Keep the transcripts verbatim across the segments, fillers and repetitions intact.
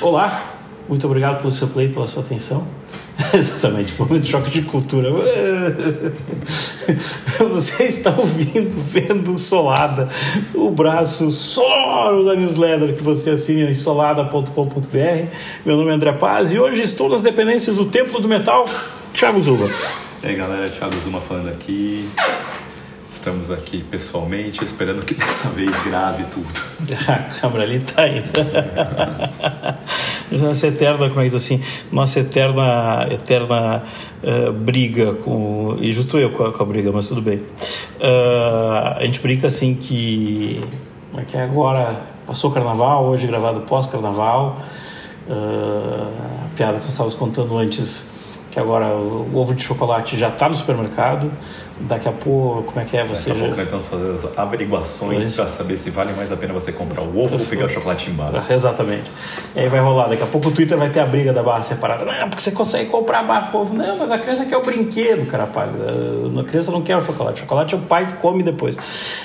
Olá, muito obrigado pelo seu play, pela sua atenção. Exatamente, momento de choque de cultura. Você está ouvindo, vendo Solada, o braço sonoro da newsletter que você assina em solada ponto com ponto b r. Meu nome é André Paz e hoje estou nas dependências do Templo do Metal, Thiago Zuma. E aí galera, Thiago Zuma falando aqui. Estamos aqui pessoalmente, esperando que dessa vez grave tudo. A câmera ali tá indo. Nossa eterna, como é que diz assim? Nossa eterna, eterna uh, briga com... E justo eu com a, com a briga, mas tudo bem. Uh, a gente brinca assim que... Como é que é agora? Passou o carnaval, hoje gravado pós-carnaval. Uh, a piada que nós estávamos contando antes, que agora o ovo de chocolate já está no supermercado. Daqui a pouco, como é que é? Você Daqui a já... pouco nós vamos fazer as averiguações para saber se vale mais a pena você comprar o ovo ou pegar o chocolate embaixo. Exatamente. E aí vai rolar. Daqui a pouco o Twitter vai ter a briga da barra separada. Não, porque você consegue comprar a barra com ovo. Não, mas a criança quer o brinquedo, cara. A criança não quer o chocolate. O chocolate é o pai que come depois.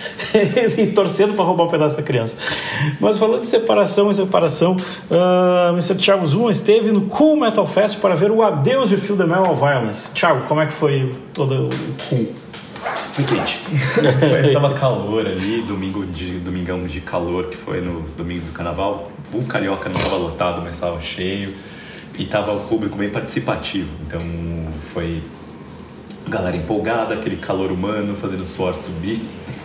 E torcendo para roubar um pedaço da criança. Mas falando de separação e separação, uh, mister Thiago Zuma esteve no Cool Metal Fest para ver o adeus de Feel the Metal Violence. Thiago, como é que foi todo o Cool? Foi quente. Foi, tava calor ali, domingo de, domingão de calor, que foi no domingo do carnaval. O Carioca não estava lotado, mas estava cheio. E tava o público bem participativo. Então foi galera empolgada, aquele calor humano fazendo o suor subir.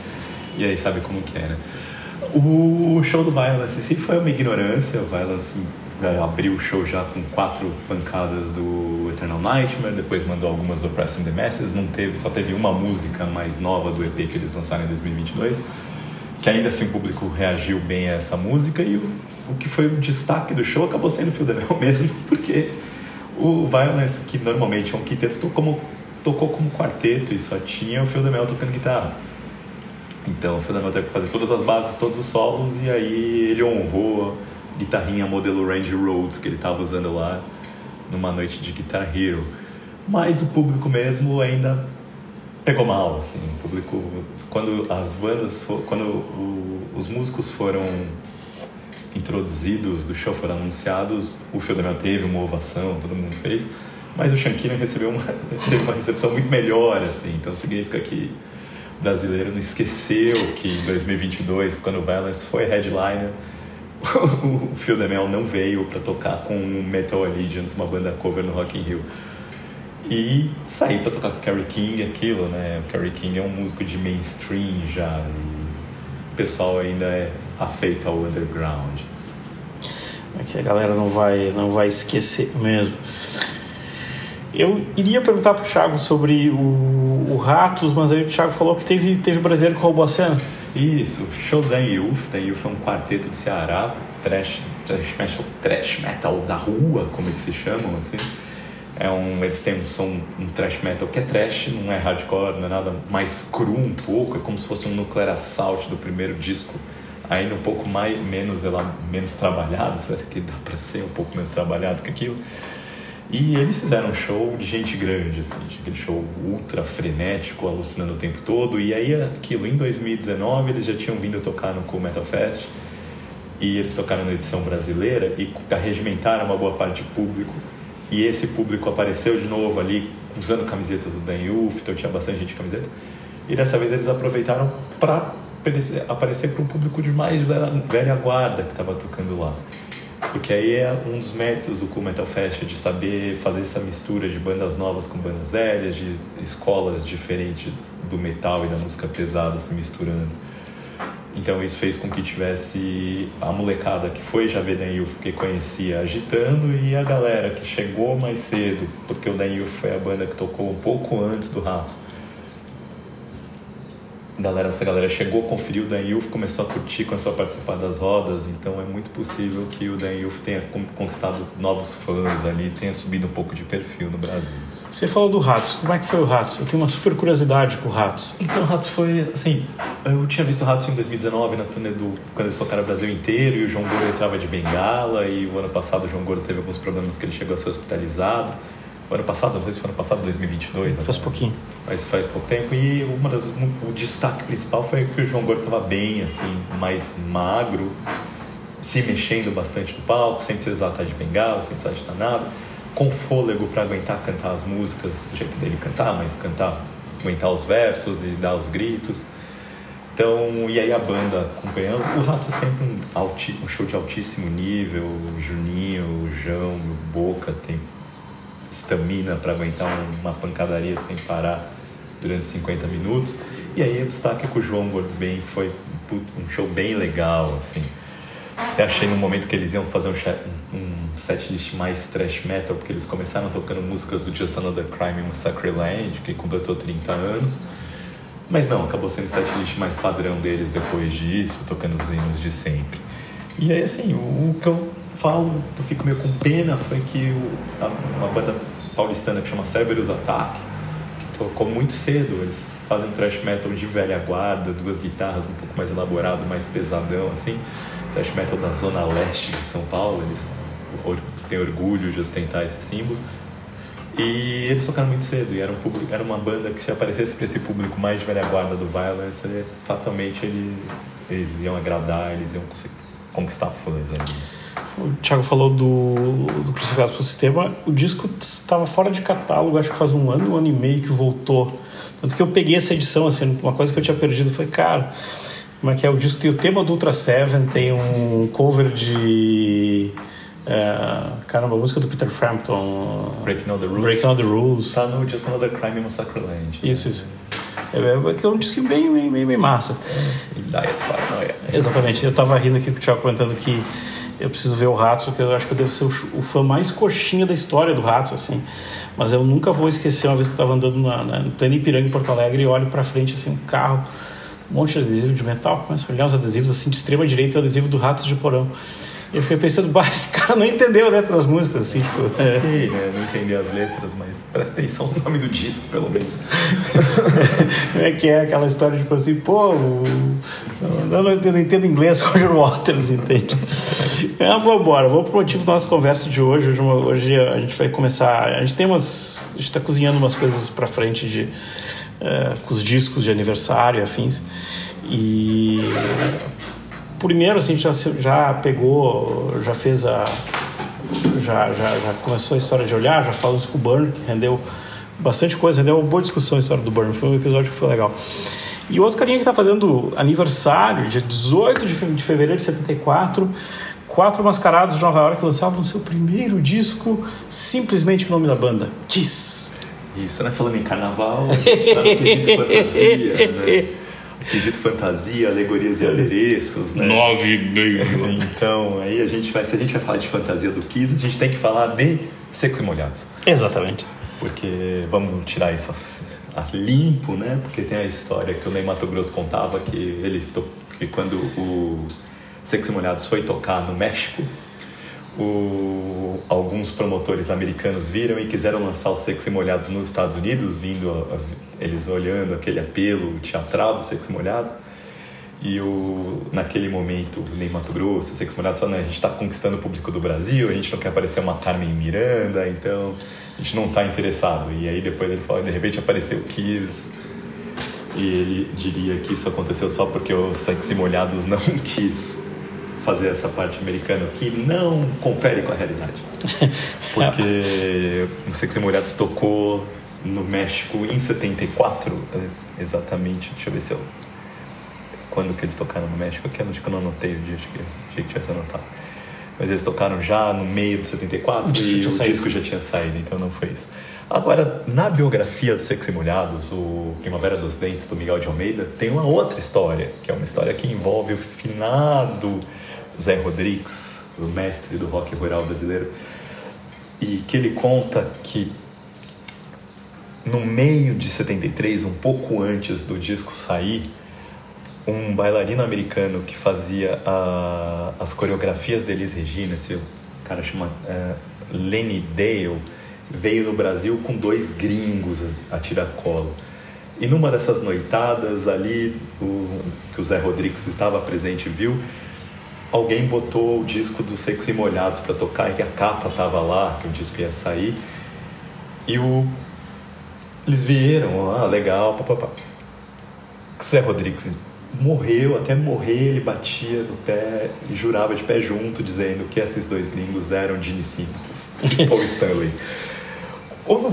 E aí sabe como que é, né? O show do Violence sim foi uma ignorância. O Violence abriu o show já com quatro pancadas do Eternal Nightmare, depois mandou algumas Oppressing the Masses, não teve, só teve uma música mais nova do E P que eles lançaram em dois mil e vinte e dois, que ainda assim o público reagiu bem a essa música, e o, o que foi o destaque do show acabou sendo o Feel the Metal mesmo, porque o Violence, que normalmente é um quinteto, tocou como, tocou como quarteto e só tinha o Feel the Metal tocando guitarra. Então o Feel the Metal teve que fazer todas as bases, todos os solos, e aí ele honrou guitarrinha modelo Range Rhodes que ele estava usando lá numa noite de Guitar Hero. Mas o público mesmo ainda pegou mal, assim. O público, quando as bandas, for, quando o, os músicos foram introduzidos do show, foram anunciados, o Feel the Metal teve uma ovação, todo mundo fez, mas o Shankinen recebeu uma, teve uma recepção muito melhor, assim. Então significa que o brasileiro não esqueceu que em dois mil e vinte e dois, quando o Violence foi headliner, o Feel the Metal não veio para tocar com o Metal Allegiance, uma banda cover no Rock in Rio, e saí para tocar com o Kerry King, aquilo, né? O Kerry King é um músico de mainstream já, e o pessoal ainda é afeito ao underground. É que a galera não vai, não vai esquecer mesmo. Eu iria perguntar pro Thiago sobre o, o Ratos, mas aí o Thiago falou que teve, teve brasileiro que roubou a cena. Isso, show da Youth. Da Youth é um quarteto de Ceará, trash, trash, metal, trash metal da rua, como eles se chamam, assim. É um, eles têm um som, um trash metal que é trash, não é hardcore, não é nada, mais cru um pouco, é como se fosse um Nuclear Assault do primeiro disco, ainda um pouco mais, menos, menos trabalhado, será que dá pra ser um pouco menos trabalhado que aquilo? E eles fizeram um show de gente grande, assim, aquele show ultra frenético, alucinando o tempo todo. E aí, aquilo, em dois mil e dezenove, eles já tinham vindo tocar no Cool Metal Fest. E eles tocaram na edição brasileira e arregimentaram uma boa parte de público. E esse público apareceu de novo ali, usando camisetas do Dan Youth, então tinha bastante gente de camiseta. E dessa vez eles aproveitaram para aparecer para um público de mais velha guarda que estava tocando lá. Porque aí é um dos méritos do Cool Metal Fest, de saber fazer essa mistura de bandas novas com bandas velhas, de escolas diferentes do metal e da música pesada se misturando. Então isso fez com que tivesse a molecada que foi já ver Dan Youth, que conhecia, agitando, e a galera que chegou mais cedo, porque o Dan Youth foi a banda que tocou um pouco antes do Ratos. Galera, essa galera chegou, conferiu o Dan Youth, começou a curtir, começou a participar das rodas, então é muito possível que o Dan Youth tenha conquistado novos fãs ali, tenha subido um pouco de perfil no Brasil. Você falou do Ratos, como é que foi o Ratos? Eu tenho uma super curiosidade com o Ratos. Então o Ratos foi, assim, eu tinha visto o Ratos em dois mil e dezenove, na turnê do, quando eles tocaram o Brasil inteiro, e o João Gordo entrava de bengala, e o ano passado o João Gordo teve alguns problemas que ele chegou a ser hospitalizado. O ano passado, não sei se foi ano passado, dois mil e vinte e dois. Faz né? pouquinho. Mas faz pouco tempo. E uma das, um, o destacke principal foi que o João Gordo estava bem, assim, mais magro. se mexendo bastante no palco, sem precisar estar de bengala, sem precisar de estar nada, com fôlego para aguentar cantar as músicas do jeito dele cantar, mas cantar, aguentar os versos e dar os gritos. Então, e aí a banda acompanhando. O Ratos é sempre um, alti, um show de altíssimo nível. O Juninho, o João, o Boca tem estamina para aguentar uma pancadaria sem parar durante cinquenta minutos. E aí o destaque com o João Gordbem foi um show bem legal, assim. Até achei no momento que eles iam fazer um, um setlist mais thrash metal, porque eles começaram tocando músicas do Just Another Crime in Sacrilege, que completou trinta anos. Mas não, acabou sendo o setlist mais padrão deles depois disso, tocando os hinos de sempre. E aí, assim, o, o que eu falo, que eu fico meio com pena, foi que o, a, uma banda paulistana que chama Cerberus Attack, que tocou muito cedo, eles fazem um thrash metal de velha guarda, duas guitarras um pouco mais elaborado, mais pesadão, assim. Thrash metal da zona leste de São Paulo, eles or, têm orgulho de ostentar esse símbolo. E eles tocaram muito cedo, e era, um público, era uma banda que, se aparecesse para esse público mais de velha guarda do Violence, fatalmente ele, eles iam agradar, eles iam conseguir conquistar fãs ali. O Thiago falou do, do Crucificados pelo Sistema. O disco estava fora de catálogo, acho que faz um ano, um ano e meio que voltou. Tanto que eu peguei essa edição, assim, uma coisa que eu tinha perdido foi, cara, como é que é? O disco tem o tema do Ultra Seven, tem um cover de... Uh, caramba, a música do Peter Frampton, Breaking All the Rules. Breaking All the Rules. Tá no Just Another Crime in Sacrilege. Isso, isso. É, é, é um disco bem, bem, bem, bem massa. E Diet Paranoia. Exatamente. Eu tava rindo aqui com o Thiago comentando que eu preciso ver o Ratos, porque eu acho que eu devo ser o, o fã mais coxinha da história do Ratos, assim. Mas eu nunca vou esquecer uma vez que eu tava andando na, na, no pleno Ipiranga, em Porto Alegre, e olho pra frente, assim, um carro, um monte de adesivo de metal, começo a olhar os adesivos, assim, de extrema direita, o adesivo do Ratos de Porão. Eu fiquei pensando, bah, esse cara não entendeu a letra das músicas, assim, tipo... É. Sim, né? Não entendi as letras, mas presta atenção no nome do disco, pelo menos. É que é aquela história, tipo assim, pô, o... eu, não, eu não entendo inglês, Roger Waters, entende? Ah, vamos embora, vamos pro motivo da nossa conversa de hoje. Hoje, hoje a gente vai começar... A gente tem umas... A gente tá cozinhando umas coisas pra frente de... Uh, com os discos de aniversário e afins. E... Primeiro, assim, já, já pegou, já fez a... Já, já, já começou a história de olhar, já falamos com o Burn, que rendeu bastante coisa, rendeu uma boa discussão a história do Burn, foi um episódio que foi legal. E outro carinha que está fazendo aniversário, dia dezoito de fevereiro de setenta e quatro, Quatro Mascarados de Nova York lançavam o seu primeiro disco, simplesmente com o nome da banda, Kiss. Isso, né? Falando em carnaval, a gente tá no quesito fantasia, né? Quesito fantasia, alegorias e adereços, né? Nove e meio. Então, aí a gente vai, se a gente vai falar de fantasia do Kiss, a gente tem que falar de Secos e Molhados. Exatamente. Porque vamos tirar isso a limpo, né? Porque tem a história que o Ney Matogrosso contava que ele to... que quando o Secos e Molhados foi tocar no México, o... alguns promotores americanos viram e quiseram lançar os Secos e Molhados nos Estados Unidos, vindo a... eles olhando aquele apelo teatral dos Secos e Molhados. E o, naquele momento, o Ney Matogrosso, os Secos e Molhados falaram, a gente está conquistando o público do Brasil, a gente não quer parecer uma Carmen Miranda, então a gente não está interessado. E aí depois ele falou, de repente apareceu o Kiss, e ele diria que isso aconteceu só porque os Secos e Molhados não quis fazer essa parte americana, que não confere com a realidade. Porque o Secos e Molhados tocou no México em setenta e quatro, exatamente, deixa eu ver se eu... Quando que eles tocaram no México? Aqui acho que eu não anotei o dia, acho que, achei que tivesse anotado. Mas eles tocaram já no meio de setenta e quatro o e o saído. disco já tinha saído, então não foi isso. Agora, na biografia dos Secos e Molhados, o Primavera dos Dentes, do Miguel de Almeida, tem uma outra história, que é uma história que envolve o finado Zé Rodrigues, o mestre do rock rural brasileiro, e que ele conta que no meio de setenta e três, um pouco antes do disco sair, um bailarino americano que fazia a, as coreografias de Elis Regina, esse cara chama uh, Lenny Dale, veio no Brasil com dois gringos a, a tiracolo. E numa dessas noitadas ali, o, que o Zé Rodrigues estava presente e viu, alguém botou o disco dos Secos e Molhados para tocar, e que a capa estava lá, que o disco ia sair, e o, eles vieram, ah, legal, papapá. O Zé Rodrigues morreu, até morrer ele batia no pé e jurava de pé junto, dizendo que esses dois gringos eram Gene Simmons e Paul Stanley. O,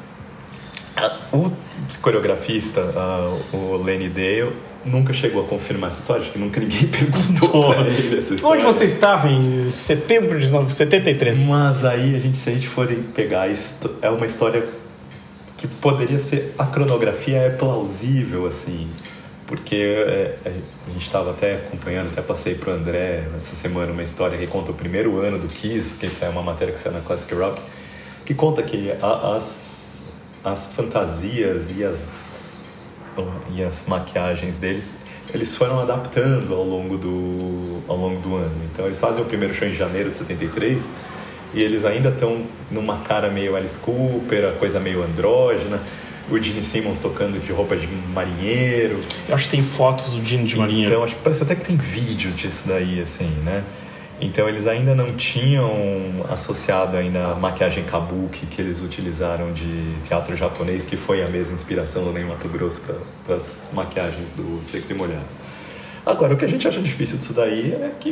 o coreografista, uh, o Lenny Dale, nunca chegou a confirmar essa história, acho que nunca ninguém perguntou pra ele essa história. Onde você estava em setembro de setenta e três? Mas aí, a gente, se a gente for pegar, é uma história que poderia ser... A cronografia é plausível, assim, porque é, a gente estava até acompanhando, até passei pro André essa semana uma história que conta o primeiro ano do Kiss, que isso é uma matéria que saiu na Classic Rock, que conta que a, as, as fantasias e as, e as maquiagens deles, eles foram adaptando ao longo, do, ao longo do ano. Então eles fazem o primeiro show em janeiro de setenta e três e eles ainda estão numa cara meio Alice Cooper, a coisa meio andrógena, o Gene Simmons tocando de roupa de marinheiro. Eu acho que tem fotos do Gene de marinheiro. Então acho que parece até que tem vídeo disso daí, assim, né? Então eles ainda não tinham associado ainda a maquiagem kabuki que eles utilizaram de teatro japonês, que foi a mesma inspiração do Ney Matogrosso para as maquiagens do Secos e Molhados. Agora, o que a gente acha difícil disso daí é que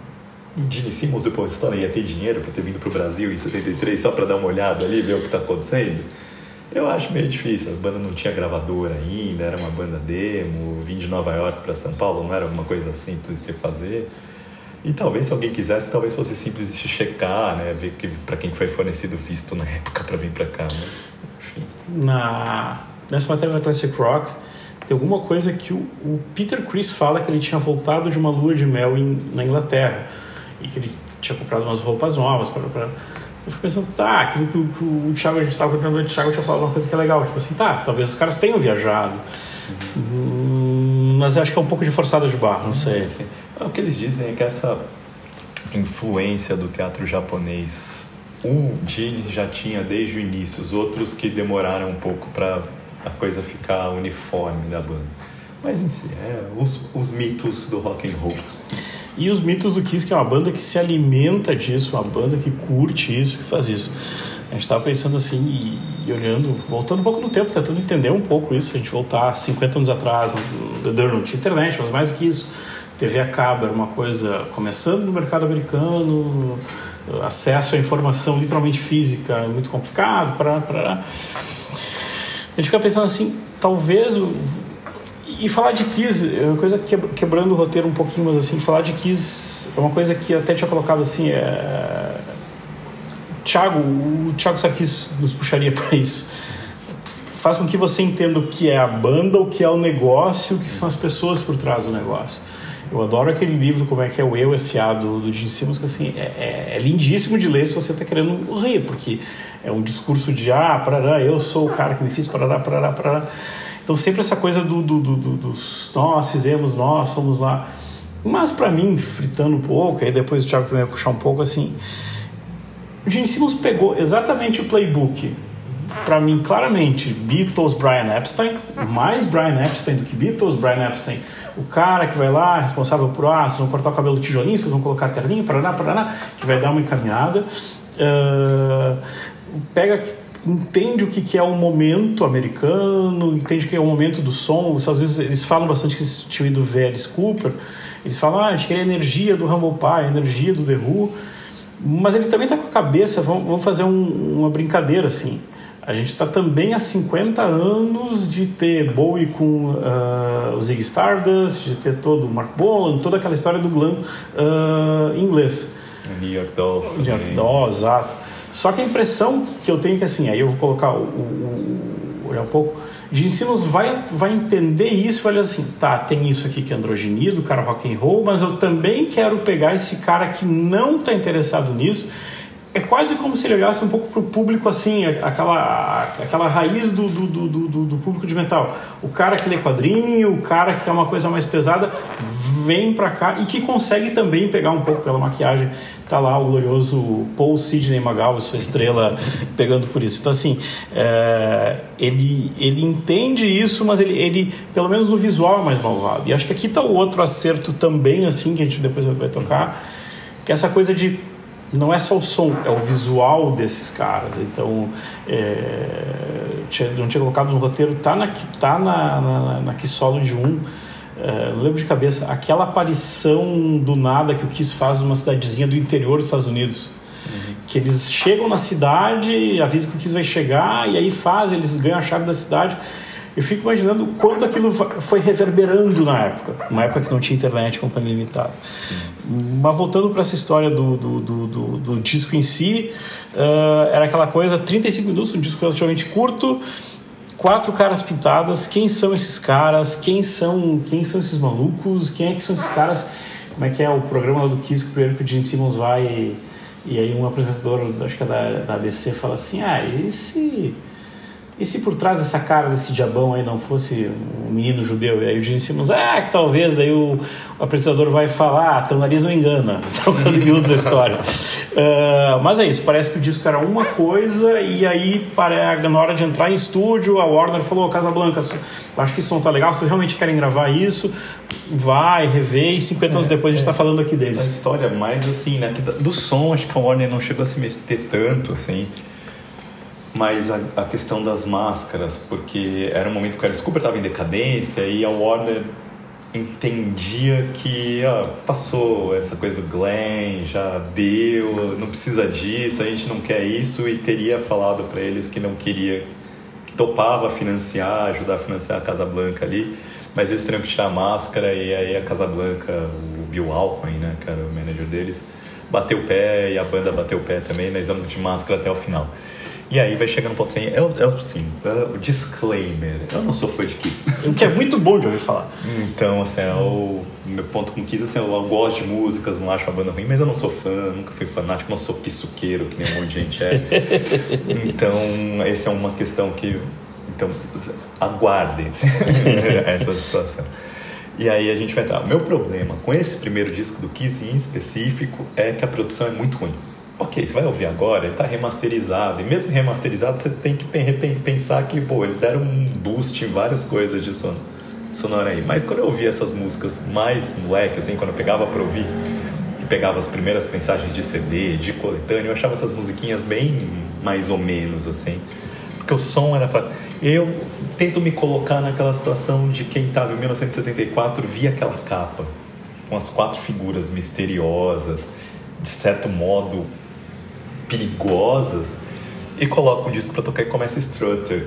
o Gene Simmons e o Paul Stanley ia ter dinheiro para ter vindo para o Brasil em setenta e três só para dar uma olhada ali, ver o que está acontecendo. Eu acho meio difícil, a banda não tinha gravadora ainda, era uma banda demo, vim de Nova York para São Paulo, não era uma coisa simples de se fazer. E talvez, se alguém quisesse, talvez fosse simples de checar, né? Ver que, para quem foi fornecido visto na época para vir para cá, mas enfim. Na, nessa matéria da Classic Rock, tem alguma coisa que o, o Peter Criss fala que ele tinha voltado de uma lua de mel em, na Inglaterra e que ele tinha comprado umas roupas novas para... para... Eu fico pensando, tá, aquilo que o, que o Thiago, a gente estava contando, o Thiago tinha falado uma coisa que é legal, tipo assim, tá, talvez os caras tenham viajado, uhum. hum, mas eu acho que é um pouco de forçada de barra, não sei. Assim. O que eles dizem é que essa influência do teatro japonês, o Gene já tinha desde o início, os outros que demoraram um pouco para a coisa ficar uniforme da banda. Mas em si, é os, os mitos do rock and roll. E os mitos do Kiss, que é uma banda que se alimenta disso, uma banda que curte isso, que faz isso. A gente estava pensando assim e, e olhando, voltando um pouco no tempo, tentando entender um pouco isso. A gente voltar cinquenta anos atrás, no The não tinha internet, mas mais do que isso, T V a cabo era uma coisa começando no mercado americano, acesso à informação literalmente física muito complicado. Pra, pra... A gente fica pensando assim, talvez... E falar de Kiss é uma coisa quebrando o roteiro um pouquinho, mas assim, falar de Kiss é uma coisa que eu até tinha colocado assim, é... Thiago, o Thiago Sarkis nos puxaria para isso. Faz com que você entenda o que é a banda, o que é o negócio, o que são as pessoas por trás do negócio. Eu adoro aquele livro, como é que é o Eu S A do, do Gene Simmons, que assim, é, é lindíssimo de ler se você está querendo rir, porque é um discurso de, ah, parará, eu sou o cara que me fiz, parará, parará, parará. Então sempre essa coisa do, do, do, do, dos nós fizemos, nós somos lá. Mas para mim, fritando um pouco, aí depois o Thiago também vai puxar um pouco assim, o Gene Simmons pegou exatamente o playbook. Para mim, claramente, Beatles, Brian Epstein, mais Brian Epstein do que Beatles, Brian Epstein, o cara que vai lá, responsável por, ah, vocês vão cortar o cabelo do tijolinho, vocês vão colocar terninho, paraná, paraná, que vai dar uma encaminhada. Uh, pega... entende o que, que é o momento americano, entende o que é o momento do som. Às vezes eles falam bastante que eles tinham ido ver Alice Cooper, eles falam, ah, a gente queria a energia do Humble Pie, a energia do The Who, mas ele também está com a cabeça, vamos fazer um, uma brincadeira assim, a gente está também há cinquenta anos de ter Bowie com uh, o Ziggy Stardust, de ter todo o Mark Bolan, toda aquela história do glam uh, inglês. New York Dolls. New York Dolls, exato. Só que a impressão que eu tenho é que assim, aí eu vou colocar o, o, o olhar um pouco, Gene Simmons vai, vai entender isso e vai olhar assim, tá, tem isso aqui que é androginia, do cara rock and roll, mas eu também quero pegar esse cara que não tá interessado nisso. É quase como se ele olhasse um pouco pro público assim, aquela, aquela raiz do, do, do, do, do público de metal. O cara que lê quadrinho, o cara que é uma coisa mais pesada, vem pra cá e que consegue também pegar um pouco pela maquiagem. Tá lá o glorioso Paul Sidney Magal, sua estrela, pegando por isso. Então assim, é, ele, ele entende isso, mas ele, ele, pelo menos no visual, é mais malvado. E acho que aqui tá o outro acerto também, assim, que a gente depois vai tocar, que é essa coisa de não é só o som, é o visual desses caras. Então, é, tinha, não tinha colocado no roteiro, tá na, tá na, na, na Que Solo de um. uh, não lembro de cabeça, aquela aparição do nada que o Kiss faz numa cidadezinha do interior dos Estados Unidos. Uhum. Que eles chegam na cidade, avisam que o Kiss vai chegar, e aí fazem, eles ganham a chave da cidade. Eu fico imaginando o quanto aquilo foi reverberando na época, uma época que não tinha internet, companhia limitada. Uhum. Mas voltando para essa história do, do, do, do, do disco em si, uh, era aquela coisa, trinta e cinco minutos, um disco relativamente curto, quatro caras pintadas. Quem são esses caras? Quem são, quem são esses malucos? Quem é que são esses caras? Como é que é o programa do Kiss, que primeiro que o Gene Simmons vai e, e aí um apresentador, acho que é da, da A B C, fala assim, ah, esse... E se por trás dessa cara desse diabão aí não fosse um menino judeu? E aí o Gene Simmons, ah, que talvez, daí o, o apresentador vai falar, ah, teu nariz não engana, trocando miúdos da história. Uh, mas é isso, parece que o disco era uma coisa, e aí na hora de entrar em estúdio, a Warner falou, oh, Casablanca, acho que esse som tá legal, vocês realmente querem gravar isso? Vai, rever, e cinquenta anos é, depois a gente é, tá falando aqui deles. A história mais assim, né, que do som, acho que a Warner não chegou a se meter tanto, assim, mas a, a questão das máscaras, porque era um momento que o Alice Cooper estava em decadência e a Warner entendia que ó, passou essa coisa do Glenn, já deu, não precisa disso, a gente não quer isso, e teria falado para eles que não queria, que topava financiar, ajudar a financiar a Casablanca ali, mas eles teriam que tirar a máscara, e aí a Casablanca, o Bill Alquin, né, que era o manager deles, bateu o pé, e a banda bateu o pé também, nós vamos de máscara até o final. E aí vai chegando no ponto assim, eu, eu sim, o disclaimer, eu não sou fã de Kiss. O que é muito bom de ouvir falar. Então, assim, é o meu ponto com Kiss, assim, eu gosto de músicas, não acho a banda ruim, mas eu não sou fã, nunca fui fanático, não sou pissuqueiro, que nem um monte de gente é. Então, essa é uma questão que, então, aguardem essa situação. E aí a gente vai entrar. Meu problema com esse primeiro disco do Kiss em específico é que a produção é muito ruim. Ok, você vai ouvir agora, ele está remasterizado, e mesmo remasterizado você tem que pensar que, pô, eles deram um boost em várias coisas de son sonora aí. Mas quando eu ouvia essas músicas mais moleque, assim, quando eu pegava para ouvir, que pegava as primeiras mensagens de C D, de coletânea, eu achava essas musiquinhas bem mais ou menos, assim, porque o som era... Eu tento me colocar naquela situação de quem estava em mil novecentos e setenta e quatro, via aquela capa, com as quatro figuras misteriosas, de certo modo perigosas, e coloca um disco pra tocar e começa Strutter.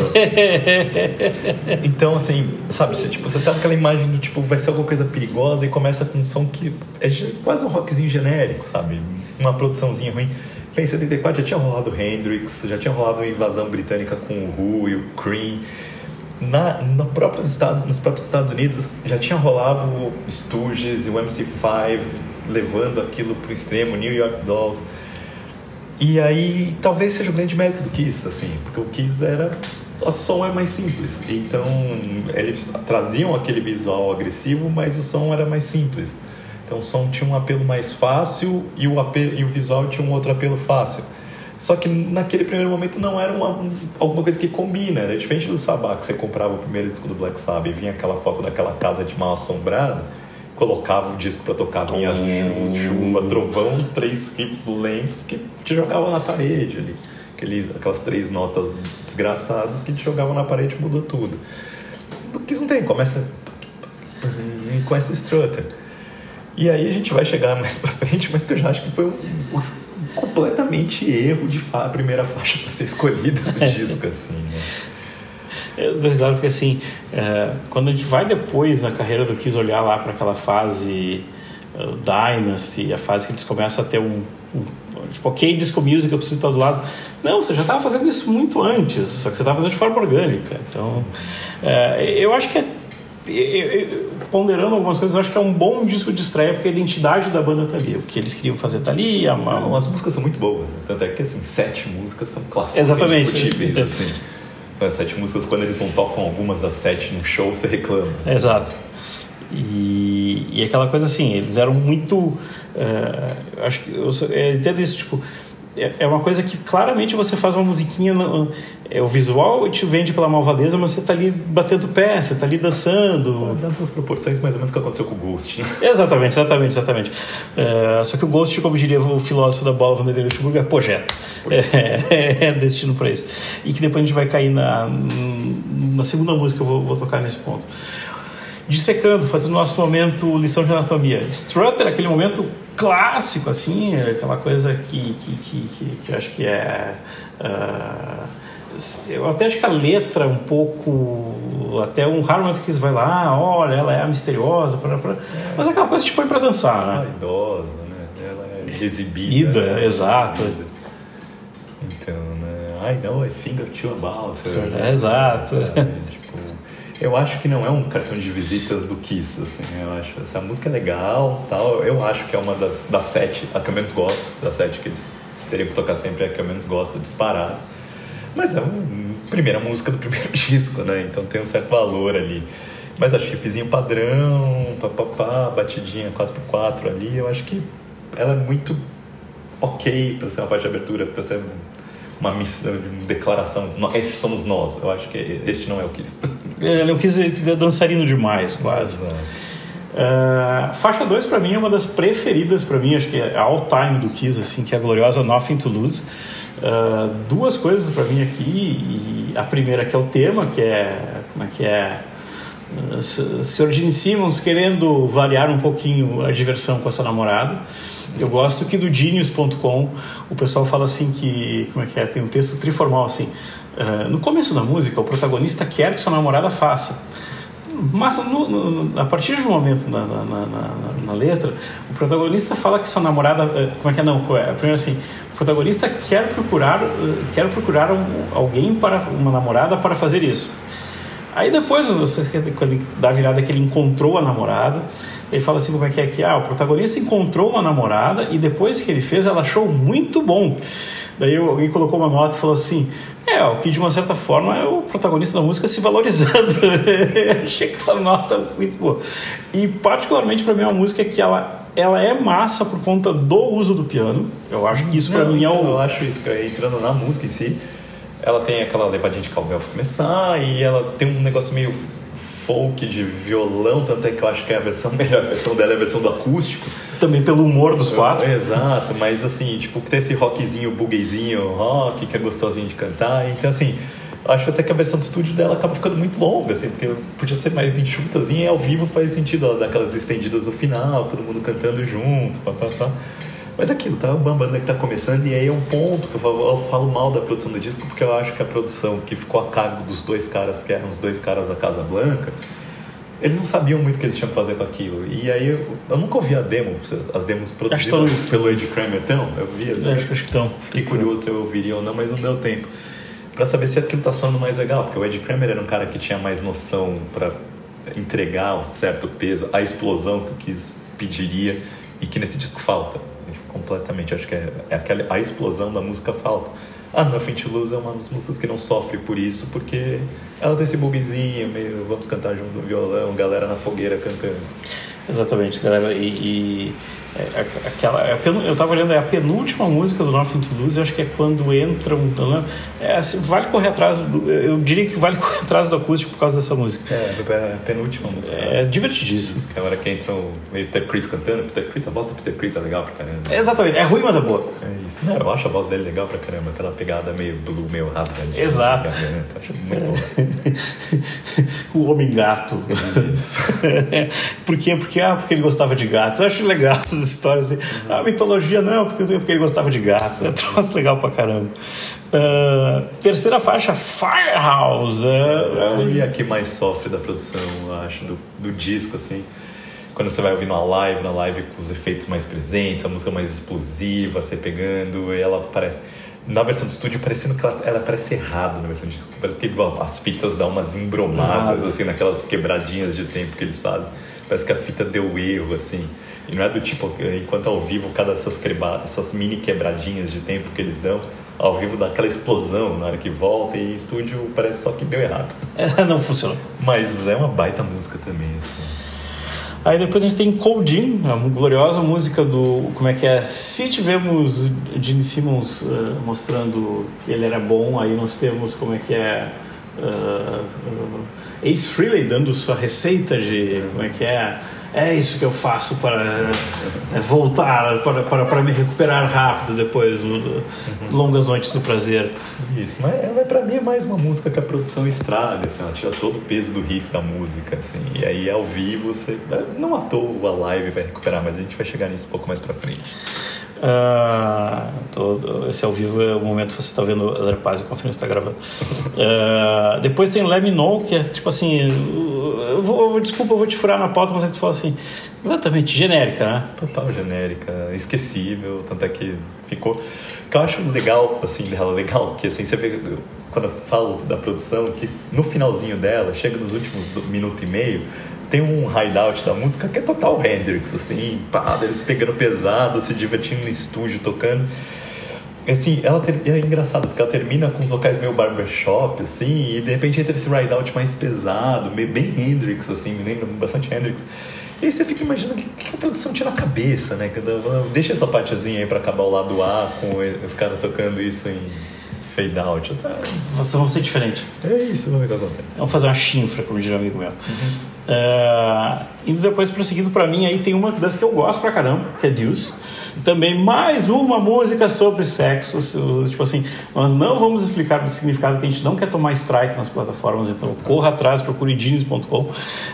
Então, assim, sabe, você, tipo, você tá com aquela imagem do tipo, vai ser alguma coisa perigosa, e começa com um som que é quase um rockzinho genérico, sabe? Uma produçãozinha ruim. Em setenta e quatro já tinha rolado Hendrix, já tinha rolado a invasão britânica com o Who e o Cream. Na, no próprios Estados, nos próprios Estados Unidos já tinha rolado o Stooges e o M C cinco levando aquilo pro extremo, New York Dolls. E aí talvez seja o grande mérito do Kiss, assim, porque o Kiss era... o som é mais simples, então eles traziam aquele visual agressivo, mas o som era mais simples. Então o som tinha um apelo mais fácil e o, apelo, e o visual tinha um outro apelo fácil. Só que naquele primeiro momento não era uma, alguma coisa que combina, era diferente do Sabbath, que você comprava o primeiro disco do Black Sabbath e vinha aquela foto daquela casa de mal assombrada, colocava o disco pra tocar, vinha chuva, trovão, três riffs lentos que te jogavam na parede ali. Aqueles, aquelas três notas desgraçadas que te jogavam na parede e mudou tudo. Do Kiss não tem, começa com essa Strutter. E aí a gente vai chegar mais pra frente, mas que eu já acho que foi um, um completamente erro de fa- a primeira faixa pra ser escolhida do disco, assim, né? Eu dou risada porque, assim, é, quando a gente vai depois na carreira do Kiss olhar lá para aquela fase uh, Dynasty, a fase que eles começam a ter um, um tipo, ok, disco music, eu preciso estar do lado. Não, você já estava fazendo isso muito antes, só que você estava fazendo de forma orgânica. Então, é, eu acho que é, eu, eu, ponderando algumas coisas, eu acho que é um bom disco de estreia, porque a identidade da banda tá ali, o que eles queriam fazer tá ali. A, Não, as músicas são muito boas, né? Tanto é que, assim, sete músicas são clássicas. Exatamente. Assim. São as sete músicas, quando eles não tocam algumas das sete no show, você reclama. Assim. Exato. E, e aquela coisa assim, eles eram muito... Uh, acho que eu, eu entendo isso, tipo... É uma coisa que claramente você faz uma musiquinha, é, o visual te vende pela malvadeza, mas você tá ali batendo pé, você tá ali dançando. Dando essas proporções mais ou menos que aconteceu com o Ghost, né? Exatamente, exatamente, exatamente. Uh, só que o Ghost, como diria o filósofo da bola, Vanderlei Luxemburgo, é projeto. É, é destino para isso. E que depois a gente vai cair na, na segunda música, eu vou, vou tocar nesse ponto. dissecando, fazendo o nosso momento lição de anatomia. Strutter, aquele momento clássico, assim, aquela coisa que, que, que, que, que eu acho que é... Uh, eu até acho que a letra um pouco... Até um raro momento que eles vai lá, olha, ela é a misteriosa, pra, pra, é. Mas é aquela coisa que te põe pra dançar, né? Idosa, né? Ela é exibida. Ida, né? Exato. Então, né? I know I think you about. É, exato. Tipo, eu acho que não é um cartão de visitas do Kiss, assim. Eu acho essa música é legal, tal. Eu acho que é uma das, das sete, a que eu menos gosto, das sete que eles teriam que tocar sempre, é a que eu menos gosto, disparado. Mas é a primeira música do primeiro disco, né? Então tem um certo valor ali. Mas acho que riffzinho padrão, papapá, batidinha quatro por quatro ali, eu acho que ela é muito ok para ser uma faixa de abertura, para ser uma missão, uma declaração. Esses somos nós. Eu acho que este não é o Kiss. É o Kiss é dançarino demais, quase. Uh, faixa dois para mim é uma das preferidas para mim, acho que é all time do Kiss, assim, que é a gloriosa Nothing to Lose. Uh, duas coisas para mim aqui, e a primeira que é o tema, que é como é que é uh, senhor Gene Simmons querendo variar um pouquinho a diversão com a sua namorada. Eu gosto que do Genius ponto com o pessoal fala assim que, como é que é, tem um texto triformal assim, uh, no começo da música o protagonista quer que sua namorada faça. Mas no, no, a partir de um momento na, na, na, na, na letra, o protagonista fala que sua namorada... Como é que é? Não, primeiro assim, o protagonista quer procurar, quer procurar um, alguém, para uma namorada para fazer isso. Aí depois, quando ele dá a virada que ele encontrou a namorada, ele fala assim, como é que é que ah, o protagonista encontrou uma namorada e depois que ele fez, ela achou muito bom. Daí alguém colocou uma nota e falou assim, é, o que de uma certa forma é o protagonista da música se valorizando. Achei aquela nota muito boa. E particularmente para mim é uma música que ela, ela é massa por conta do uso do piano. Eu acho que isso para mim é o... Eu acho isso, que entrando na música em si, ela tem aquela levadinha de cowbell para começar e ela tem um negócio meio folk de violão, tanto é que eu acho que é a versão melhor, a versão dela é a versão do acústico. Também pelo humor dos quatro. É, exato, mas assim, tipo, tem esse rockzinho, buguezinho, rock, que é gostosinho de cantar. Então, assim, acho até que a versão do estúdio dela acaba ficando muito longa, assim, porque podia ser mais enxutazinha e ao vivo faz sentido ela dar aquelas estendidas no final, todo mundo cantando junto, papapá. Mas aquilo, tá uma banda que tá começando, e aí é um ponto que eu falo, eu falo mal da produção do disco, porque eu acho que a produção que ficou a cargo dos dois caras, que eram os dois caras da Casa Blanca, eles não sabiam muito o que eles tinham que fazer com aquilo. E aí eu, eu nunca ouvi a demo, as demos produzidas pelo Ed Kramer. Então, eu vi, eu acho, acho que estão. Fiquei curioso se eu ouviria ou não, mas não deu tempo pra saber se aquilo tá soando mais legal, porque o Ed Kramer era um cara que tinha mais noção pra entregar um certo peso, a explosão que o Kiss pediria, e que nesse disco falta completamente. Acho que é, é aquela, a explosão da música falta. Ah, Nothing to Lose é uma das músicas que não sofre por isso, porque ela tem esse bugzinho, meio vamos cantar junto no violão, galera na fogueira cantando. Exatamente, galera. E, e é, aquela, é a pen, eu tava olhando, é a penúltima música do Nothing to Lose, eu acho que é quando entram. É, assim, vale correr atrás, do, eu diria que vale correr atrás do acústico por causa dessa música. É, é a penúltima música. É, é divertidíssimo. É a hora que entra o meio Peter Criss cantando. Peter Criss, a voz do Peter Criss é legal pra caramba. É, exatamente, é ruim, mas é boa. É isso. Não, eu acho a voz dele legal pra caramba, aquela pegada meio blue, meio rápida. Exato. Garganta, acho muito bom. O homem gato. Isso. Por quê? Porque, ah, porque ele gostava de gatos. Eu acho legal essas histórias assim. Uhum. A mitologia não, porque, porque ele gostava de gatos. É um troço legal pra caramba. Uh, terceira faixa, Firehouse. É, e a que mais sofre da produção, eu acho, do, do disco, assim. Quando você vai ouvir na live, na live com os efeitos mais presentes, a música mais explosiva, você pegando, e ela parece... Na versão do estúdio, parecendo que ela, ela parece errada na versão do disco. Parece que bom, as fitas dão umas embromadas, ah, assim, naquelas quebradinhas de tempo que eles fazem. Parece que a fita deu erro, assim. E não é do tipo, enquanto ao vivo, cada essas, quebra, essas mini quebradinhas de tempo que eles dão, ao vivo dá aquela explosão na hora que volta, e estúdio parece só que deu errado. É, não funcionou. Mas é uma baita música também, assim. Aí depois a gente tem Coldin, a gloriosa música do... Como é que é? Se tivemos Gene Simmons uh, mostrando que ele era bom, aí nós temos, como é que é... Uh, uh, Ace Frehley dando sua receita de... Como é que é? É isso que eu faço para é, voltar, para, para, para me recuperar rápido depois de uhum. longas noites do prazer. Isso, mas ela pra mim é mais uma música que a produção estraga, assim, ela tira todo o peso do riff da música, assim, e aí ao vivo você, não à toa a live vai recuperar, mas a gente vai chegar nisso um pouco mais pra frente. Uh, tô, esse ao vivo é o momento que você está vendo a Underpaz, a conferência está gravando. Uh, depois tem Let Me Know, que é tipo assim, eu vou, eu vou, desculpa, eu vou te furar na pauta, mas é que tu fala assim, exatamente genérica, né? Total genérica, esquecível, tanto é que ficou. O que eu acho legal, assim, dela, legal, que assim, você vê, quando eu falo da produção, que no finalzinho dela, chega nos últimos do, minuto e meio, tem um hideout da música que é total Hendrix, assim, pá, eles pegando pesado, se divertindo no estúdio, tocando. Assim, ela ter... é engraçado, porque ela termina com os vocais meio barbershop, assim, e de repente entra esse hideout mais pesado, meio bem Hendrix, assim, me lembra bastante Hendrix. E aí você fica imaginando o que, que a produção tinha na cabeça, né? Deixa essa partezinha aí pra acabar o lado A, com os caras tocando isso em fade out, sabe? Vocês vão ser diferente. É isso, vamos ver o que acontece. Vamos fazer uma chinfra, como diria um amigo meu. Uhum. Uh, e depois, prosseguindo pra mim, aí tem uma das que eu gosto pra caramba, que é Deuce. Também mais uma música sobre sexo. Tipo assim, nós não vamos explicar o significado, que a gente não quer tomar strike nas plataformas, então corra atrás, procure genius ponto com. Uh,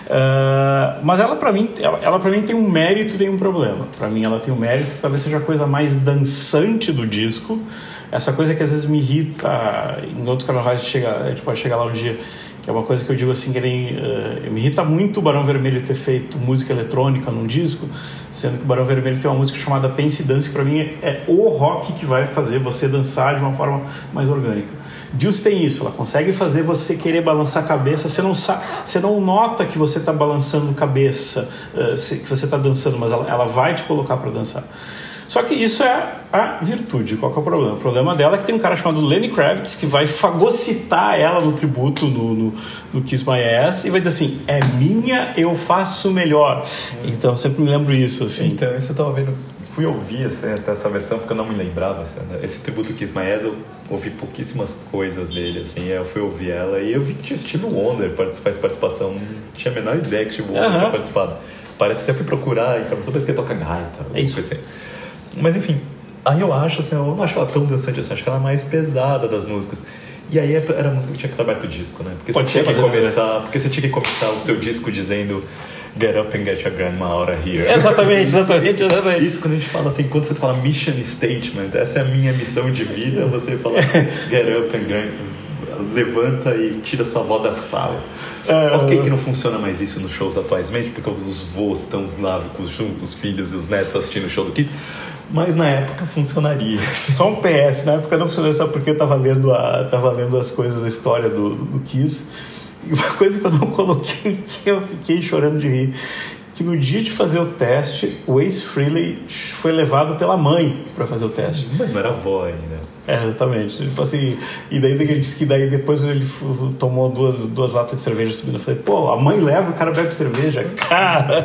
mas ela pra mim, ela, ela pra mim tem um mérito e tem um problema. Pra mim ela tem um mérito que talvez seja a coisa mais dançante do disco. Essa coisa que às vezes me irrita, em outros carnavais a gente, a gente pode chegar lá um dia, que é uma coisa que eu digo assim, que nem, uh, me irrita muito o Barão Vermelho ter feito música eletrônica num disco, sendo que o Barão Vermelho tem uma música chamada Pense Dance, que pra mim é, é o rock que vai fazer você dançar de uma forma mais orgânica. Deuce tem isso, ela consegue fazer você querer balançar a cabeça, você não, sa- você não nota que você está balançando a cabeça, uh, que você está dançando, mas ela, ela vai te colocar para dançar. Só que isso é a virtude. Qual que é o problema? O problema dela é que tem um cara chamado Lenny Kravitz que vai fagocitar ela no tributo no, no, no Kiss My Ass e vai dizer assim, é minha, eu faço melhor. Então eu sempre me lembro isso, assim. Então, isso eu tava vendo, fui ouvir assim, até essa versão porque eu não me lembrava, assim, né? Esse tributo Kiss My Ass eu ouvi pouquíssimas coisas dele, assim, eu fui ouvir ela e eu vi que tinha Steve Wonder faz participação, não tinha a menor ideia que Steve Wonder uh-huh. tinha participado. Parece que até fui procurar informação, parece que ele toca gaita, é isso. Assim. Mas enfim, aí eu acho assim, eu não acho ela tão dançante assim, acho que ela é mais pesada das músicas. E aí era a música que tinha que estar aberto o disco, né? Porque você, tinha que começar, porque você tinha que começar o seu disco dizendo Get up and get your grandma out of here. Exatamente, exatamente, exatamente. Isso quando a gente fala assim, quando você fala mission statement, essa é a minha missão de vida, você fala get up and get, levanta e tira sua avó da sala. É, ok que não funciona mais isso nos shows atualmente, porque os vôs estão lá com os, os filhos e os netos assistindo o show do Kiss, mas na época funcionaria. Só um P S, na época não funcionou só porque eu estava lendo, a, tava lendo as coisas da história do, do, do Kiss, e uma coisa que eu não coloquei, que eu fiquei chorando de rir, que no dia de fazer o teste, o Ace Frehley foi levado pela mãe para fazer o teste. Mas não era avó ainda. É, exatamente. Ele falou assim, e daí ele disse que daí depois ele tomou duas, duas latas de cerveja subindo. Eu falei, pô, a mãe leva, o cara bebe cerveja. Cara!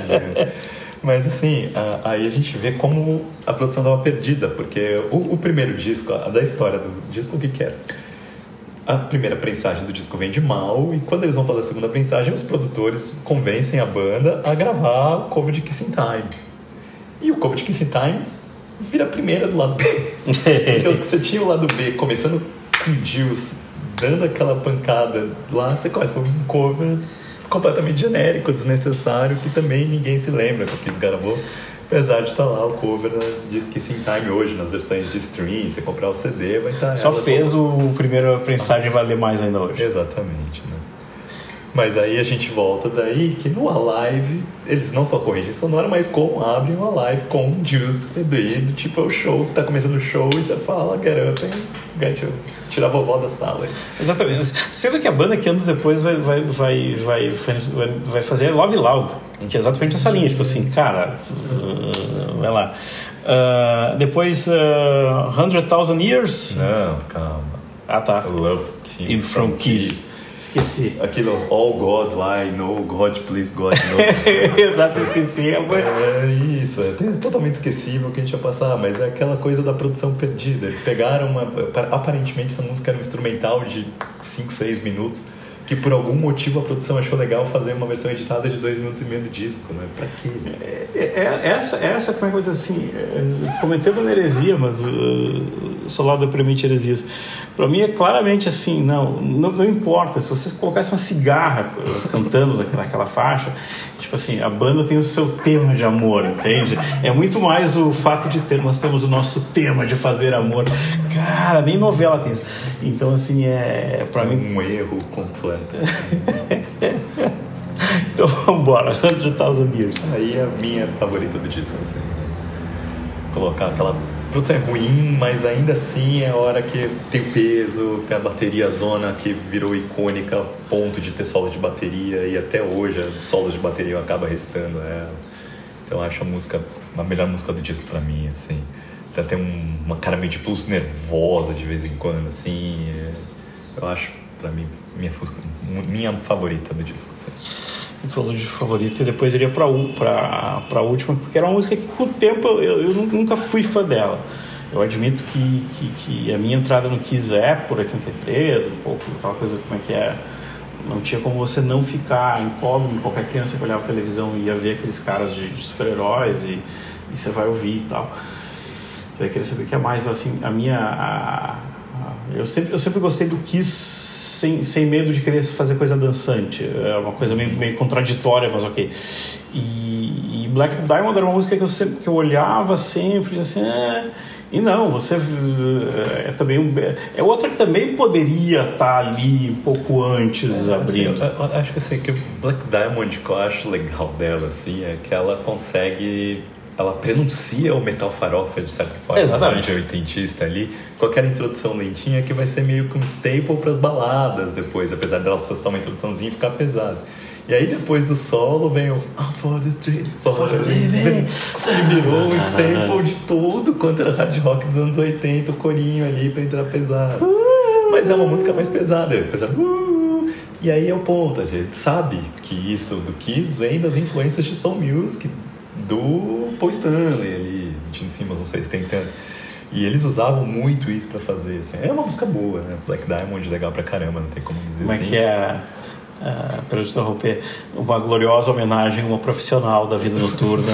Mas assim, a, aí a gente vê como a produção estava perdida, porque o, o primeiro disco, a da história do disco, o que que era? A primeira prensagem do disco vende mal, e quando eles vão fazer a segunda prensagem, os produtores convencem a banda a gravar o cover de Kissing Time. E o cover de Kissing Time vira a primeira do lado B. Então você tinha o lado B começando com Juice, dando aquela pancada lá, você começa com um cover completamente genérico, desnecessário, que também ninguém se lembra que o Kiss gravou. Apesar de estar lá o cover de Kissing Time hoje, nas versões de stream, você comprar o C D, vai estar... Só fez como... o primeiro prensagem valer mais ainda hoje. Exatamente, né? Mas aí a gente volta daí que no Alive eles não só corrigem sonora, mas como abrem o Alive com Juice do tipo é o show, que tá começando o show e você fala, get up and tirar a vovó da sala. Exatamente. Sendo que a banda que anos depois vai, vai, vai, vai, vai, vai fazer Love Loud, que é exatamente essa linha, tipo assim, cara, uh, vai lá. Uh, depois uh, one hundred thousand Years. Não, calma. Ah, tá. Love Team from, from Kiss. Kiss. Esqueci. Aquilo, all God, why, no God, please God, no. Exato, esqueci. É isso, é totalmente esquecível que a gente ia passar, mas é aquela coisa da produção perdida. Eles pegaram uma... Aparentemente essa música era um instrumental de cinco, seis minutos, que por algum motivo a produção achou legal fazer uma versão editada de dois minutos e meio do disco, né? Pra quê? É, é, essa, essa, como é que eu vou dizer assim, é, cometendo uma heresia, mas uh, sou lá do Permite Heresias. Pra mim é claramente assim, não, não, não importa, se vocês colocassem uma cigarra cantando naquela faixa, tipo assim, a banda tem o seu tema de amor, entende? É muito mais o fato de ter, nós temos o nosso tema de fazer amor. Cara, nem novela tem isso. Então, assim, é pra mim... Um erro completo. Então, vamos embora. cem thousand Years. Aí é a minha favorita do disco, assim. Colocar aquela... A produção é ruim, mas ainda assim é a hora que tem o peso, tem a bateria zona que virou icônica a ponto de ter solo de bateria, e até hoje a solos de bateria acaba restando ela. Então eu acho a música, a melhor música do disco pra mim, assim. Até tem um, uma cara meio de pulso nervosa de vez em quando, assim. Eu acho, pra mim, minha, minha favorita do disco, assim. Você falou de favorita e depois iria pra, pra, pra última, porque era uma música que com o tempo eu, eu nunca fui fã dela. Eu admito que, que, que a minha entrada no Kiss é por oitenta e três, um pouco aquela coisa, como é que é, não tinha como você não ficar incógnito. Qualquer criança que olhava a televisão ia ver aqueles caras de, de super-heróis e, e você vai ouvir e tal. Você vai querer saber o que é mais, assim, a minha... A, a, eu, sempre, eu sempre gostei do Kiss sem, sem medo de querer fazer coisa dançante. É uma coisa meio, meio contraditória, mas ok. E, e Black Diamond era uma música que eu, sempre, que eu olhava sempre e assim... É, e não, você é também um, é outra que também poderia estar ali um pouco antes é, abrindo. Assim, eu, eu acho que assim, que o Black Diamond, que eu acho legal dela assim, é que ela consegue, ela prenuncia o metal farofa de certa forma. Exatamente. O oitentista ali, com aquela introdução lentinha que vai ser meio que um staple para as baladas depois, apesar dela ser só uma introduçãozinha e ficar pesada. E aí depois do solo vem o Out for the Street for, for living, que virou um staple de tudo quanto era hard rock dos anos oitenta, o corinho ali pra entrar pesado. Mas é uma música mais pesada, pesada. E aí é o ponto, a gente sabe que isso do Kiss vem das influências de soul music do Paul Stanley ali, Gene Simmons, não sei se tem tanto. E eles usavam muito isso pra fazer, assim. É uma música boa, né? Black Diamond, legal pra caramba, não tem como dizer como assim. Como é que é... Uh, para interromper, uma gloriosa homenagem a uma profissional da vida noturna.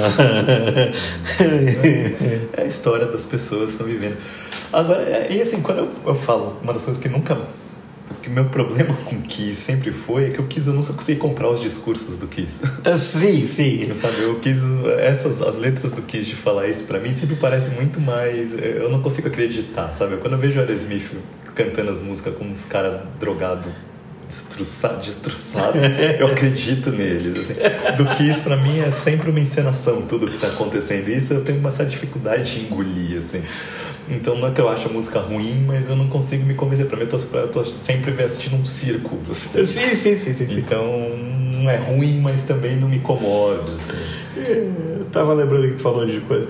É a história das pessoas que estão vivendo. Agora, e assim, quando eu, eu falo, uma das coisas que nunca... que meu problema com o Kiss sempre foi é que o Kiss eu nunca consegui comprar os discursos do Kiss. Sim, sim. Sabe, o Kiss, essas, as letras do Kiss de falar isso pra mim sempre parecem muito mais... Eu não consigo acreditar, sabe? Quando eu vejo o Aerosmith cantando as músicas como uns caras drogados, Destroçado, destroçado, eu acredito neles, assim. Do Kiss pra mim é sempre uma encenação, tudo que tá acontecendo. Isso eu tenho uma certa dificuldade de engolir, assim. Então não é que eu acho a música ruim, mas eu não consigo me convencer. Pra mim eu tô, eu tô sempre assistindo um circo, assim. Sim, sim, sim, sim, sim. Então não é ruim, mas também não me comove, assim. Eu tava lembrando que tu falou de coisa.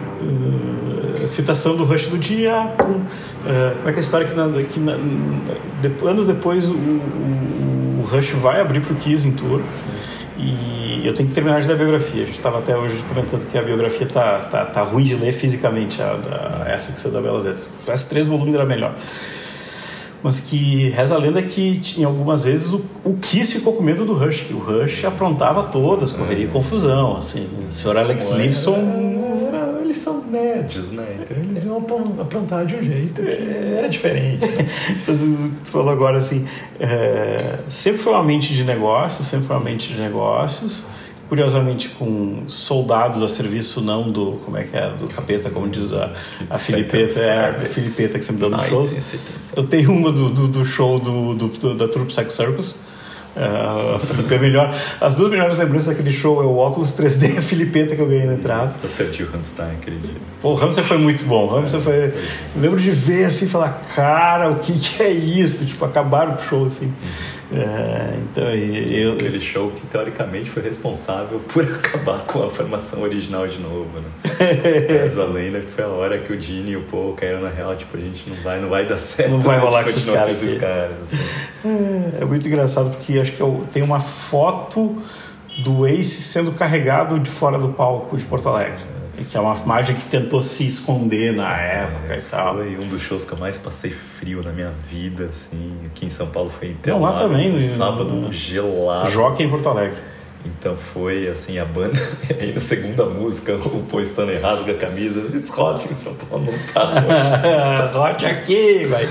Uh, citação do Rush do dia. Uh, como é que é a história que, na, que na, de, anos depois o, o, o Rush vai abrir pro Kiss em tour. Sim. E eu tenho que terminar de ler a biografia. A gente estava até hoje comentando que a biografia tá, tá, tá ruim de ler fisicamente, a, a, essa que saiu da Belas Letras. Se tivesse três volumes era melhor. Mas que reza a lenda que em algumas vezes o, o Kiss ficou com medo do Rush, que o Rush aprontava todas, correria e confusão, assim. O senhor Alex Lifeson... Eles são nerds, né? Então eles iam aprontar de um jeito que era diferente. Mas tu falou agora assim, é, sempre foi uma mente de negócios, sempre foi uma mente de negócios, curiosamente com soldados a serviço não do, como é que é, do capeta, como diz a, a Filipeta, é a Filipeta que sempre deu no show. Eu tenho uma do, do, do show do, do, da True Psycho Circus. Uh, a Felipe é melhor. As duas melhores lembranças daquele show é o óculos três D e a Filipeta que eu ganhei na entrada. Eu perdi o Rammstein aquele dia. Pô, o Rammstein foi muito bom. O Rammstein foi... Eu lembro de ver assim e falar, cara, o que, que é isso? Tipo, acabaram com o show assim. Uhum. É, então, eu... Aquele show que teoricamente foi responsável por acabar com a formação original de novo, né? Mas a lenda que foi a hora que o Gene e o Paul caíram na real, tipo, a gente não vai, não vai dar certo. Não vai rolar com esses caras. esses caras assim. É, é muito engraçado porque acho que eu, tem uma foto do Ace sendo carregado de fora do palco de Porto Alegre. que é uma imagem que tentou se esconder na época é, e tal. Foi um dos shows que eu mais passei frio na minha vida, assim. Aqui em São Paulo foi em Não, lá também, no no, sábado, no, gelado. Jockey em Porto Alegre. Então foi assim, a banda, aí na segunda música o Paul Stanley rasga a camisa, diz Hot em São Paulo, não tá Hot. Hot aqui, vai.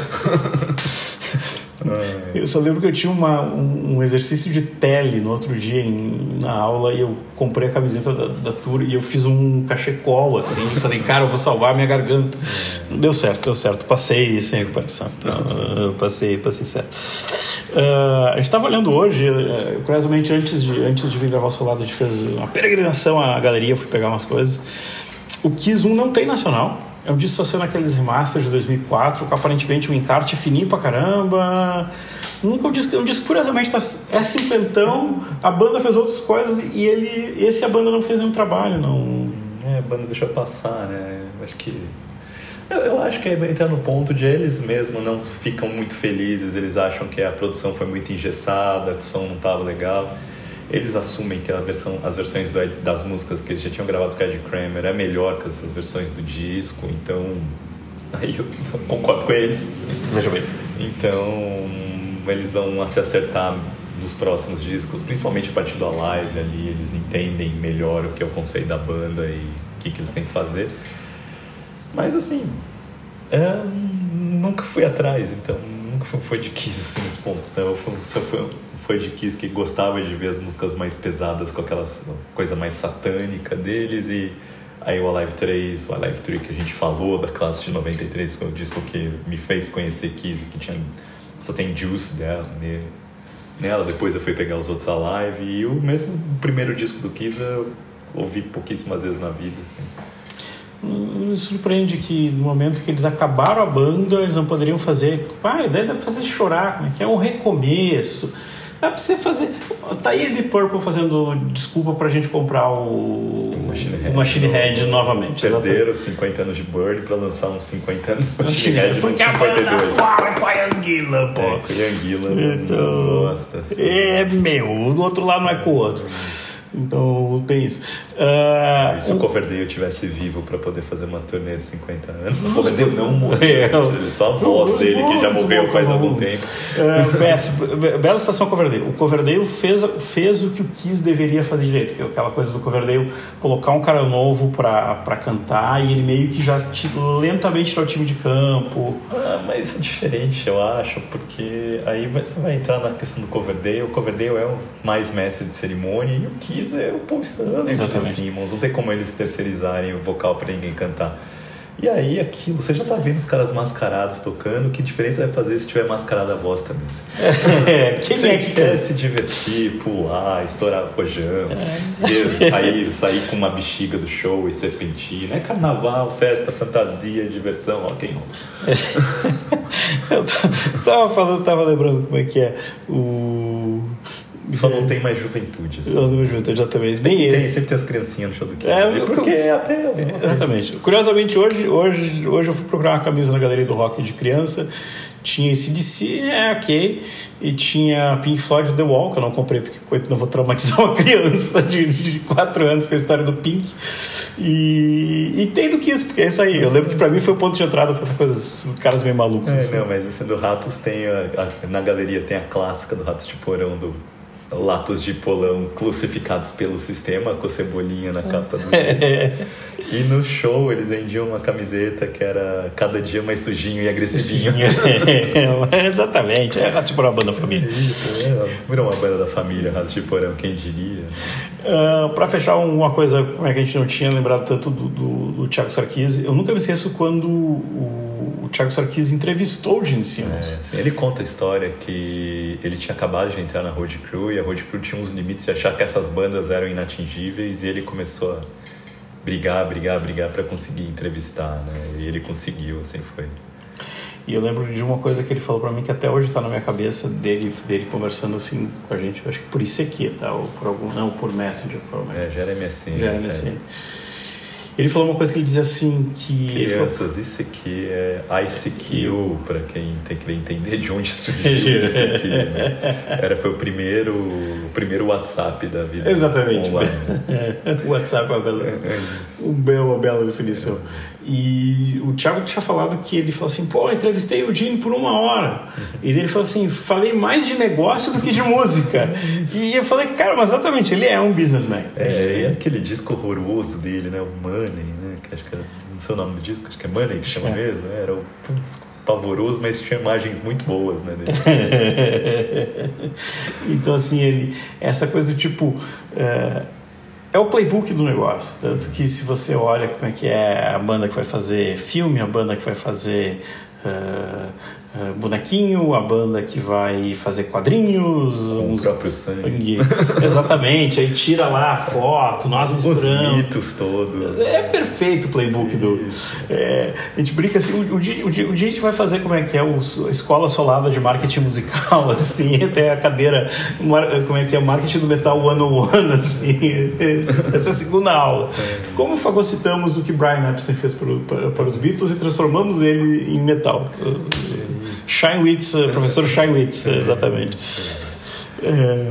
Eu só lembro que eu tinha uma, um, um exercício de tele no outro dia em, na aula e eu comprei a camiseta da, da tour e eu fiz um cachecol assim, e falei, cara, eu vou salvar a minha garganta. É. Deu certo, deu certo, passei sem recuperação. Então, eu passei, passei certo. Uh, a gente estava olhando hoje, uh, curiosamente antes de, antes de vir gravar o seu lado, a gente fez uma peregrinação à galeria, fui pegar umas coisas. O Kiss um não tem nacional. É um disco só sendo aqueles remasters de dois mil e quatro, com aparentemente um encarte fininho pra caramba. Nunca um disco, um disco curiosamente tá, é cinquentão, a banda fez outras coisas e ele, esse a banda não fez nenhum trabalho, não. É, a banda deixou passar, né? Acho que. Eu, eu acho que vai entrar no ponto de eles mesmo não ficam muito felizes, eles acham que a produção foi muito engessada, que o som não tava legal. Eles assumem que a versão, as versões do Ed, das músicas que eles já tinham gravado com o Ed Kramer é melhor que as versões do disco, então aí eu concordo com eles. Veja bem. Então eles vão se acertar nos próximos discos, principalmente a partir do Alive ali, eles entendem melhor o que é o conceito da banda e o que, que eles têm que fazer. Mas assim, é, nunca fui atrás, então nunca foi, foi de Kiss assim, nesse ponto. Eu fui, eu fui, foi de Kiss que gostava de ver as músicas mais pesadas com aquela coisa mais satânica deles, e aí o Alive três, o Alive três que a gente falou da classe de noventa e três, que é o disco que me fez conhecer Kiss, que tinha, só tem Juice dela, nele, nela, depois eu fui pegar os outros Alive, e o mesmo o primeiro disco do Kiss eu ouvi pouquíssimas vezes na vida, assim. Me surpreende que no momento que eles acabaram a banda, eles não poderiam fazer. Ah, a ideia dá pra fazer chorar, como é que é? Um recomeço. Dá pra você fazer. Tá aí a Deep Purple fazendo desculpa pra gente comprar o, o Machine Head, o Machine Head no... novamente. Perderam os cinquenta anos de Bird pra lançar uns cinquenta anos de Machine Head no cinquenta e dois. Porque a banda atual é com a Anguila, pô. É, com a Anguila. Então, gosta, assim. É meu, o do outro lado não é com o outro. Então tem isso. Uh, e se o Coverdale tivesse vivo para poder fazer uma turnê de cinquenta anos, o Coverdale não morreu, só a voz dele que já morreu faz algum tempo. Uh, bela estação Coverdale. O Coverdale fez, fez o que o Kiss deveria fazer direito, que é aquela coisa do Coverdale colocar um cara novo para cantar e ele meio que já lentamente tirar o time de campo. Ah, mas é diferente, eu acho, porque aí você vai entrar na questão do Coverdale. O Coverdale é o mais mestre de cerimônia e o Kiss é o Paul Stanley, o Simmons, não tem como eles terceirizarem o vocal pra ninguém cantar. E aí aquilo, você já tá vendo os caras mascarados tocando, que diferença vai fazer se tiver mascarada a voz também? É, quem você é que quer se divertir, pular, estourar rojão, é. Aí sair com uma bexiga do show e serpentina, é carnaval, festa, fantasia, diversão, rock and roll. Eu tava falando, tava lembrando como é que é o... Só não tem mais juventude. Assim. Não tem mais juventude, exatamente. Nem sempre, ele. tem, sempre tem as criancinhas no show do Kiss. É, porque é até... Exatamente. Curiosamente, hoje, hoje, hoje eu fui procurar uma camisa na Galeria do Rock de criança. Tinha A C D C, é ok. E tinha Pink Floyd The Wall, que eu não comprei porque não vou traumatizar uma criança de quatro anos com a história do Pink. E, e tem do Kiss, porque é isso aí. Eu lembro que pra mim foi o ponto de entrada pra essas coisas, caras meio malucos. É, assim. Não, mas esse do Ratos tem... A, a, na galeria tem a clássica do Ratos de Porão, do... Latos de polão crucificados pelo sistema, com cebolinha na capa do disco. E no show eles vendiam uma camiseta que era cada dia mais sujinho e agressivinho. É, exatamente, é Ratos de Porão, a banda da família. Isso, é, virou uma banda da família, Ratos de Porão, quem diria. Uh, para fechar uma coisa, como é que a gente não tinha lembrado tanto do, do, do Thiago Sarkis, eu nunca me esqueço quando o, o Thiago Sarkis entrevistou o Gene Simmons. É, assim, ele conta a história que ele tinha acabado de entrar na Road Crew e a Road Crew tinha uns limites de achar que essas bandas eram inatingíveis e ele começou a brigar, brigar, brigar para conseguir entrevistar, né? E ele conseguiu, assim foi. E eu lembro de uma coisa que ele falou pra mim que até hoje tá na minha cabeça, dele, dele conversando assim com a gente, eu acho que por I C Q, tá? Ou por algum, não, por Messenger, provavelmente. É, já era M S N. Já era M S N. Ele falou uma coisa que ele dizia assim, que... Crianças, falou, isso aqui é I C Q, para quem tem que entender de onde surgiu isso aqui, né? Era, foi o primeiro, o primeiro WhatsApp da vida. Exatamente. O WhatsApp é uma bela, é um belo, uma bela definição. E o Thiago tinha falado que ele falou assim, pô, eu entrevistei o Gene por uma hora. E ele falou assim, falei mais de negócio do que de música. E eu falei, cara, mas exatamente, ele é um businessman. É, é aquele disco horroroso dele, né? O Money, né? Que acho que era, não sei o nome do disco, acho que é Money que chama é. mesmo. Né? Era o putz, pavoroso, mas tinha imagens muito boas, né? Então, assim, ele, essa coisa do tipo... É, é o playbook do negócio, tanto que se você olha como é que é a banda que vai fazer filme, a banda que vai fazer uh, uh, bonequinho, a banda que vai fazer quadrinhos, o uns... próprio sangue. Exatamente, aí tira lá a foto, nós misturamos. Os mitos todos. É perfeito o playbook do... É, a gente brinca assim, o, o, dia, o, dia, o dia a gente vai fazer como é que é o, a escola solada de marketing musical, assim, até a cadeira, como é que é marketing do metal one on one, assim, essa é a segunda aula. Como fagocitamos o que Brian Epstein fez para, para, para os Beatles e transformamos ele em metal. Sheinwitz, professor Sheinwitz, exatamente. É...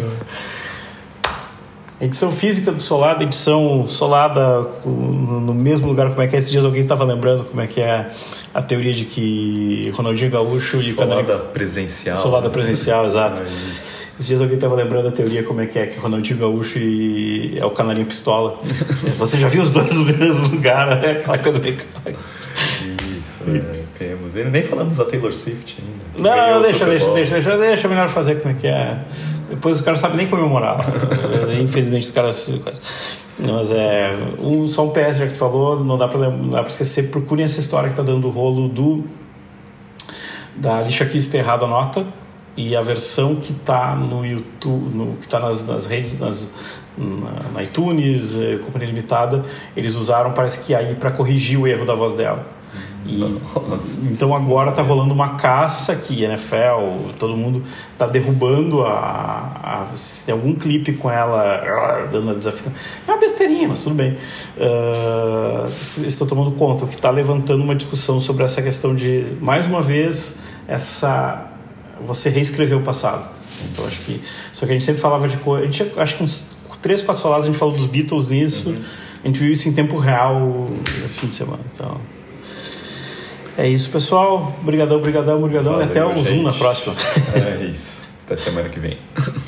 Edição física do Solada, edição Solada no mesmo lugar, como é que é? Esses dias alguém estava lembrando como é que é a teoria de que Ronaldinho Gaúcho e o Solada Canarinho... presencial. Solada presencial, exato. Mas... Esses dias alguém estava lembrando a teoria como é que é que Ronaldinho Gaúcho e é o Canarinho Pistola. Você já viu os dois no mesmo lugar, é aquela coisa meio... Isso, é, temos. E nem falamos da Taylor Swift ainda. Não, deixa, deixa, deixa, deixa, deixa melhor fazer como é que é. Depois os caras sabem nem comemorar. Infelizmente os caras... Mas é... Um, só um P S já que tu falou, não dá pra, não dá pra esquecer, procurem essa história que tá dando o rolo do... Da Alicia Keys ter errado a nota. E a versão que está no YouTube, no, que está nas, nas redes, nas, na, na iTunes, eh, Companhia Limitada, eles usaram, parece que aí para corrigir o erro da voz dela. E, então agora está rolando uma caça que a N F L, todo mundo está derrubando a, a, se tem algum clipe com ela dando a desafinação. É uma besteirinha, mas tudo bem. Uh, estão tomando conta, o que está levantando uma discussão sobre essa questão de, mais uma vez, essa... você reescrever o passado. Então acho que só que a gente sempre falava de coisa, a gente acho que uns três, quatro soladas a gente falou dos Beatles nisso, uhum. A gente viu isso em tempo real esse fim de semana. Então é isso, pessoal. Obrigadão, obrigadão, obrigadão. E até o Zoom na próxima. É isso. Até semana que vem.